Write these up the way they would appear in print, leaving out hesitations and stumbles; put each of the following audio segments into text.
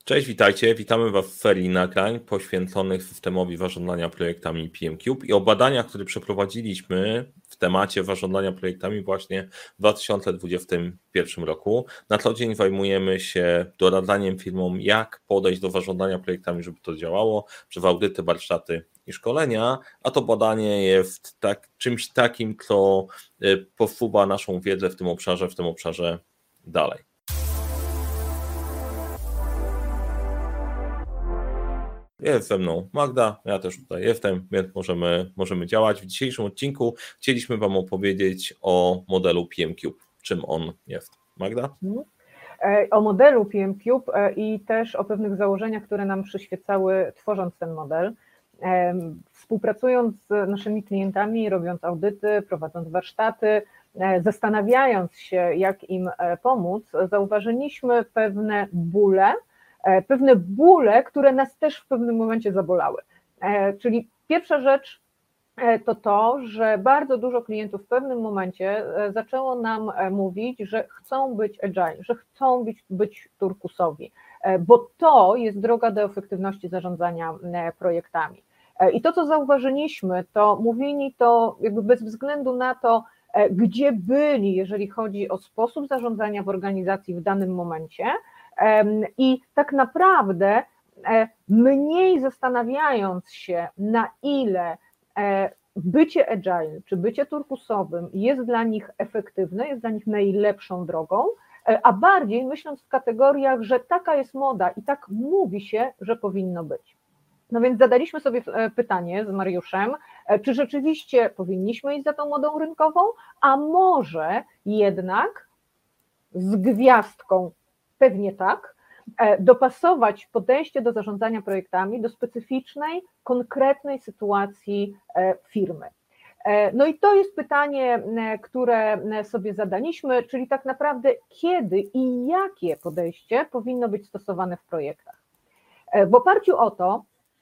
Cześć, witajcie. Witamy Was w serii nagrań poświęconych systemowi zarządzania projektami PMCube i o badaniach, które przeprowadziliśmy w temacie zarządzania projektami właśnie w 2021 roku. Na co dzień zajmujemy się doradzaniem firmom, jak podejść do zarządzania projektami, żeby to działało, przez audyty, warsztaty i szkolenia, a to badanie jest czymś takim, co posuwa naszą wiedzę w tym obszarze dalej. Jest ze mną Magda, ja też tutaj jestem, więc możemy działać. W dzisiejszym odcinku chcieliśmy Wam opowiedzieć o modelu PMCube, czym on jest. Magda? O modelu PMCube i też o pewnych założeniach, które nam przyświecały, tworząc ten model. Współpracując z naszymi klientami, robiąc audyty, prowadząc warsztaty, zastanawiając się, jak im pomóc, zauważyliśmy pewne bóle, które nas też w pewnym momencie zabolały. Czyli pierwsza rzecz to, że bardzo dużo klientów w pewnym momencie zaczęło nam mówić, że chcą być agile, że chcą być turkusowi, bo to jest droga do efektywności zarządzania projektami. I to, co zauważyliśmy, to mówili to jakby bez względu na to, gdzie byli, jeżeli chodzi o sposób zarządzania w organizacji w danym momencie, i tak naprawdę mniej zastanawiając się, na ile bycie agile czy bycie turkusowym jest dla nich efektywne, jest dla nich najlepszą drogą, a bardziej myśląc w kategoriach, że taka jest moda i tak mówi się, że powinno być. No więc zadaliśmy sobie pytanie z Mariuszem, czy rzeczywiście powinniśmy iść za tą modą rynkową, a może jednak z gwiazdką pewnie tak, dopasować podejście do zarządzania projektami do specyficznej, konkretnej sytuacji firmy. No i to jest pytanie, które sobie zadaliśmy, czyli tak naprawdę kiedy i jakie podejście powinno być stosowane w projektach. W oparciu o to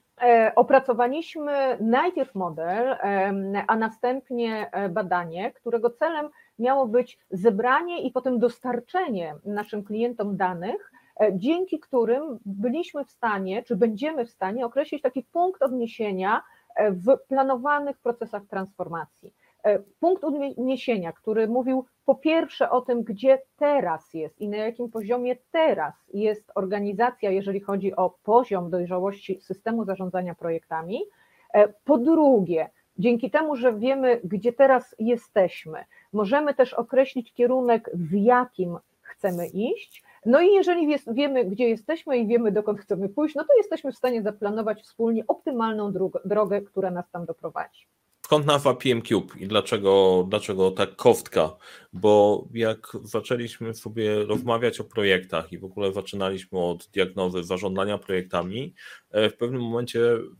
opracowaliśmy najpierw model, a następnie badanie, którego celem miało być zebranie i potem dostarczenie naszym klientom danych, dzięki którym byliśmy w stanie, czy będziemy w stanie określić taki punkt odniesienia w planowanych procesach transformacji. Punkt odniesienia, który mówił po pierwsze o tym, gdzie teraz jest i na jakim poziomie teraz jest organizacja, jeżeli chodzi o poziom dojrzałości systemu zarządzania projektami. Po drugie, dzięki temu, że wiemy, gdzie teraz jesteśmy, możemy też określić kierunek, w jakim chcemy iść. No i jeżeli wiemy, gdzie jesteśmy i wiemy, dokąd chcemy pójść, no to jesteśmy w stanie zaplanować wspólnie optymalną drogę, która nas tam doprowadzi. Skąd nazwa PMCube i dlaczego tak kostka? Bo jak zaczęliśmy sobie rozmawiać o projektach i w ogóle zaczynaliśmy od diagnozy zarządzania projektami, w pewnym momencie,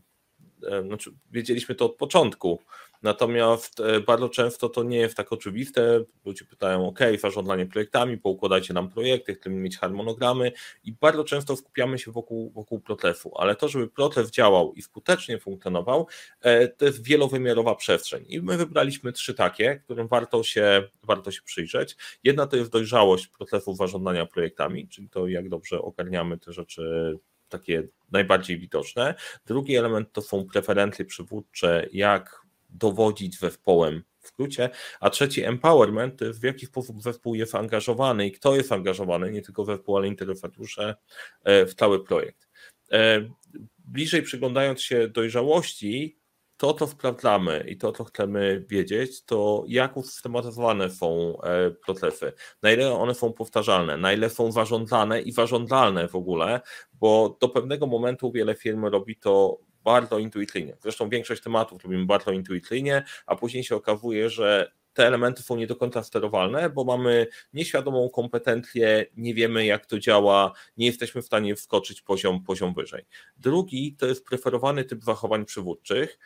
znaczy wiedzieliśmy to od początku, natomiast bardzo często to nie jest tak oczywiste. Ludzie pytają, zarządzanie projektami, poukładajcie nam projekty, chcemy mieć harmonogramy i bardzo często skupiamy się wokół procesu, ale to, żeby proces działał i skutecznie funkcjonował, to jest wielowymiarowa przestrzeń i my wybraliśmy 3 takie, którym warto się przyjrzeć. Jedna to jest dojrzałość procesu zarządzania projektami, czyli to, jak dobrze ogarniamy te rzeczy takie najbardziej widoczne. Drugi element to są preferencje przywódcze, jak dowodzić zespołem w skrócie, a trzeci empowerment to jest w jaki sposób zespół jest angażowany i kto jest angażowany, nie tylko zespół, ale interesariusze w cały projekt. Bliżej przyglądając się dojrzałości, to, co sprawdzamy i to, co chcemy wiedzieć, to jak usystematyzowane są procesy, na ile one są powtarzalne, na ile są zarządzane i zarządzalne w ogóle, bo do pewnego momentu wiele firm robi to bardzo intuicyjnie. Zresztą większość tematów robimy bardzo intuicyjnie, a później się okazuje, że te elementy są nie do końca sterowalne, bo mamy nieświadomą kompetencję, nie wiemy jak to działa, nie jesteśmy w stanie wskoczyć poziom wyżej. Drugi to jest preferowany typ zachowań przywódczych,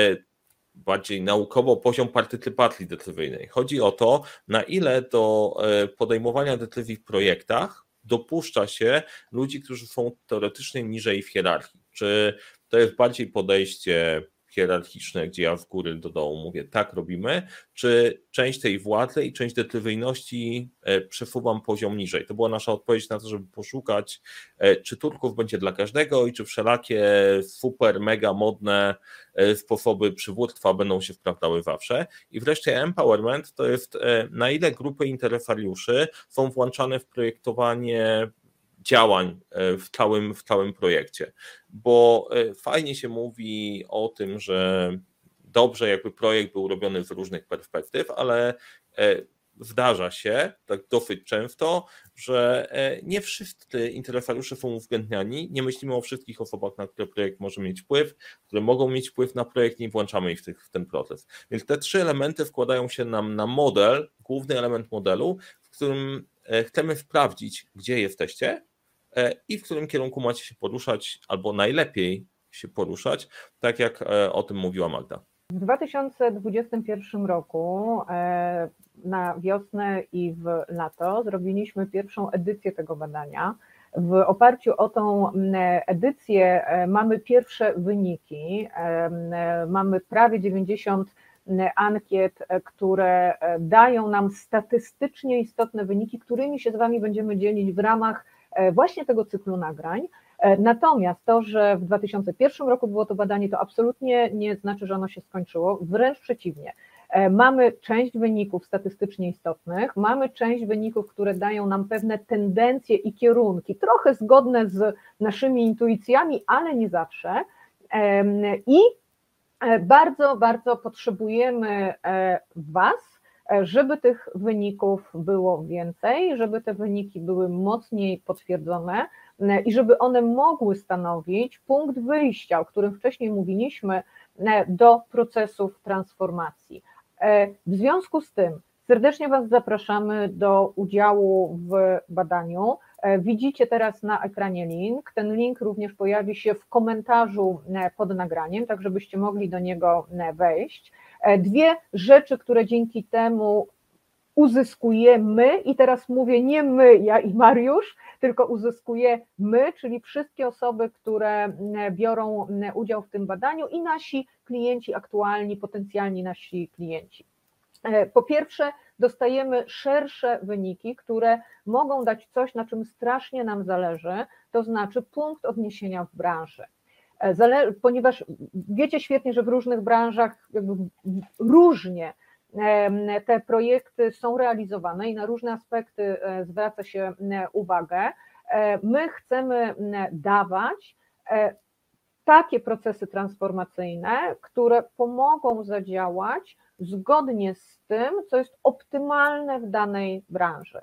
bardziej naukowo poziom partycypacji decyzyjnej. Chodzi o to, na ile do podejmowania decyzji w projektach dopuszcza się ludzi, którzy są teoretycznie niżej w hierarchii. Czy to jest bardziej podejście hierarchiczne, gdzie ja z góry do dołu mówię, tak robimy, czy część tej władzy i część decyzyjności przesuwam poziom niżej. To była nasza odpowiedź na to, żeby poszukać, czy Turków będzie dla każdego i czy wszelakie super, mega modne sposoby przywództwa będą się sprawdzały zawsze. I wreszcie empowerment to jest, na ile grupy interesariuszy są włączane w projektowanie działań w całym projekcie, bo fajnie się mówi o tym, że dobrze jakby projekt był robiony z różnych perspektyw, ale zdarza się tak dosyć często, że nie wszyscy interesariusze są uwzględniani, nie myślimy o wszystkich osobach, na które projekt może mieć wpływ, które mogą mieć wpływ na projekt, nie włączamy ich w ten proces. Więc te trzy elementy wkładają się nam na model, główny element modelu, w którym chcemy sprawdzić, gdzie jesteście i w którym kierunku macie się poruszać, albo najlepiej się poruszać, tak jak o tym mówiła Magda. W 2021 roku na wiosnę i w lato zrobiliśmy pierwszą edycję tego badania. W oparciu o tą edycję mamy pierwsze wyniki. Mamy prawie 90 ankiet, które dają nam statystycznie istotne wyniki, którymi się z Wami będziemy dzielić w ramach właśnie tego cyklu nagrań. Natomiast to, że w 2001 roku było to badanie, to absolutnie nie znaczy, że ono się skończyło, wręcz przeciwnie. Mamy część wyników statystycznie istotnych, mamy część wyników, które dają nam pewne tendencje i kierunki, trochę zgodne z naszymi intuicjami, ale nie zawsze. I bardzo, bardzo potrzebujemy Was, żeby tych wyników było więcej, żeby te wyniki były mocniej potwierdzone i żeby one mogły stanowić punkt wyjścia, o którym wcześniej mówiliśmy, do procesów transformacji. W związku z tym serdecznie Was zapraszamy do udziału w badaniu. Widzicie teraz na ekranie link. Ten link również pojawi się w komentarzu pod nagraniem, tak żebyście mogli do niego wejść. Dwie rzeczy, które dzięki temu uzyskujemy, i teraz mówię nie my, ja i Mariusz, tylko uzyskujemy, czyli wszystkie osoby, które biorą udział w tym badaniu i nasi klienci aktualni, potencjalni nasi klienci. Po pierwsze, dostajemy szersze wyniki, które mogą dać coś, na czym strasznie nam zależy, to znaczy punkt odniesienia w branży. Ponieważ wiecie świetnie, że w różnych branżach jakby różnie te projekty są realizowane i na różne aspekty zwraca się uwagę. My chcemy dawać takie procesy transformacyjne, które pomogą zadziałać zgodnie z tym, co jest optymalne w danej branży.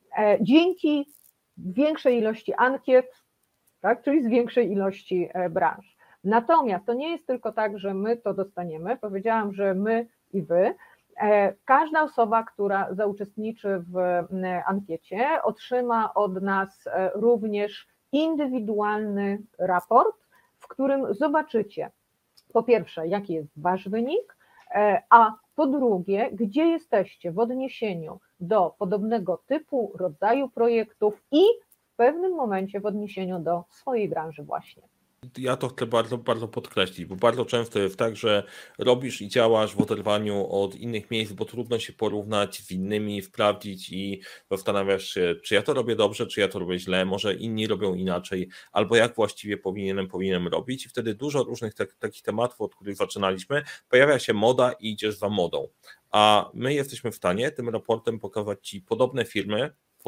Dzięki większej ilości ankiet, tak, czyli z większej ilości branż. Natomiast to nie jest tylko tak, że my to dostaniemy, powiedziałam, że my i wy. Każda osoba, która zauczestniczy w ankiecie, otrzyma od nas również indywidualny raport, w którym zobaczycie po pierwsze, jaki jest wasz wynik, a po drugie, gdzie jesteście w odniesieniu do podobnego typu, rodzaju projektów i w pewnym momencie w odniesieniu do swojej branży właśnie. Ja to chcę bardzo, bardzo podkreślić, bo bardzo często jest tak, że robisz i działasz w oderwaniu od innych miejsc, bo trudno się porównać z innymi, sprawdzić i zastanawiasz się, czy ja to robię dobrze, czy ja to robię źle, może inni robią inaczej, albo jak właściwie powinienem robić i wtedy dużo różnych takich tematów, od których zaczynaliśmy, pojawia się moda i idziesz za modą, a my jesteśmy w stanie tym raportem pokazać Ci podobne firmy,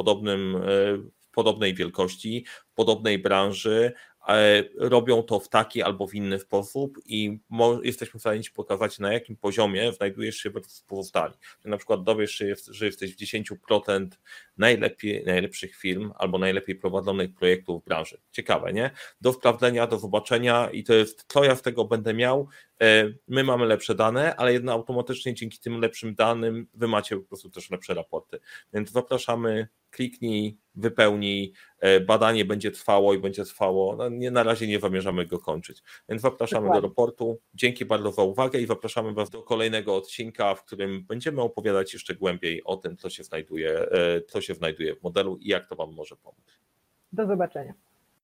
w podobnej wielkości, w podobnej branży, robią to w taki albo w inny sposób i jesteśmy w stanie Ci pokazać, na jakim poziomie znajdujesz się w pozostali. Na przykład dowiesz się, że jesteś w 10% najlepszych firm albo najlepiej prowadzonych projektów w branży. Ciekawe, nie? Do sprawdzenia, do zobaczenia i to jest, co ja z tego będę miał. My mamy lepsze dane, ale jednak automatycznie dzięki tym lepszym danym wy macie po prostu też lepsze raporty. Więc zapraszamy, kliknij, wypełnij, badanie będzie trwało i będzie trwało. No, na razie nie zamierzamy go kończyć. Więc zapraszamy do raportu. Dzięki bardzo za uwagę i zapraszamy Was do kolejnego odcinka, w którym będziemy opowiadać jeszcze głębiej o tym, co się znajduje w modelu i jak to Wam może pomóc. Do zobaczenia.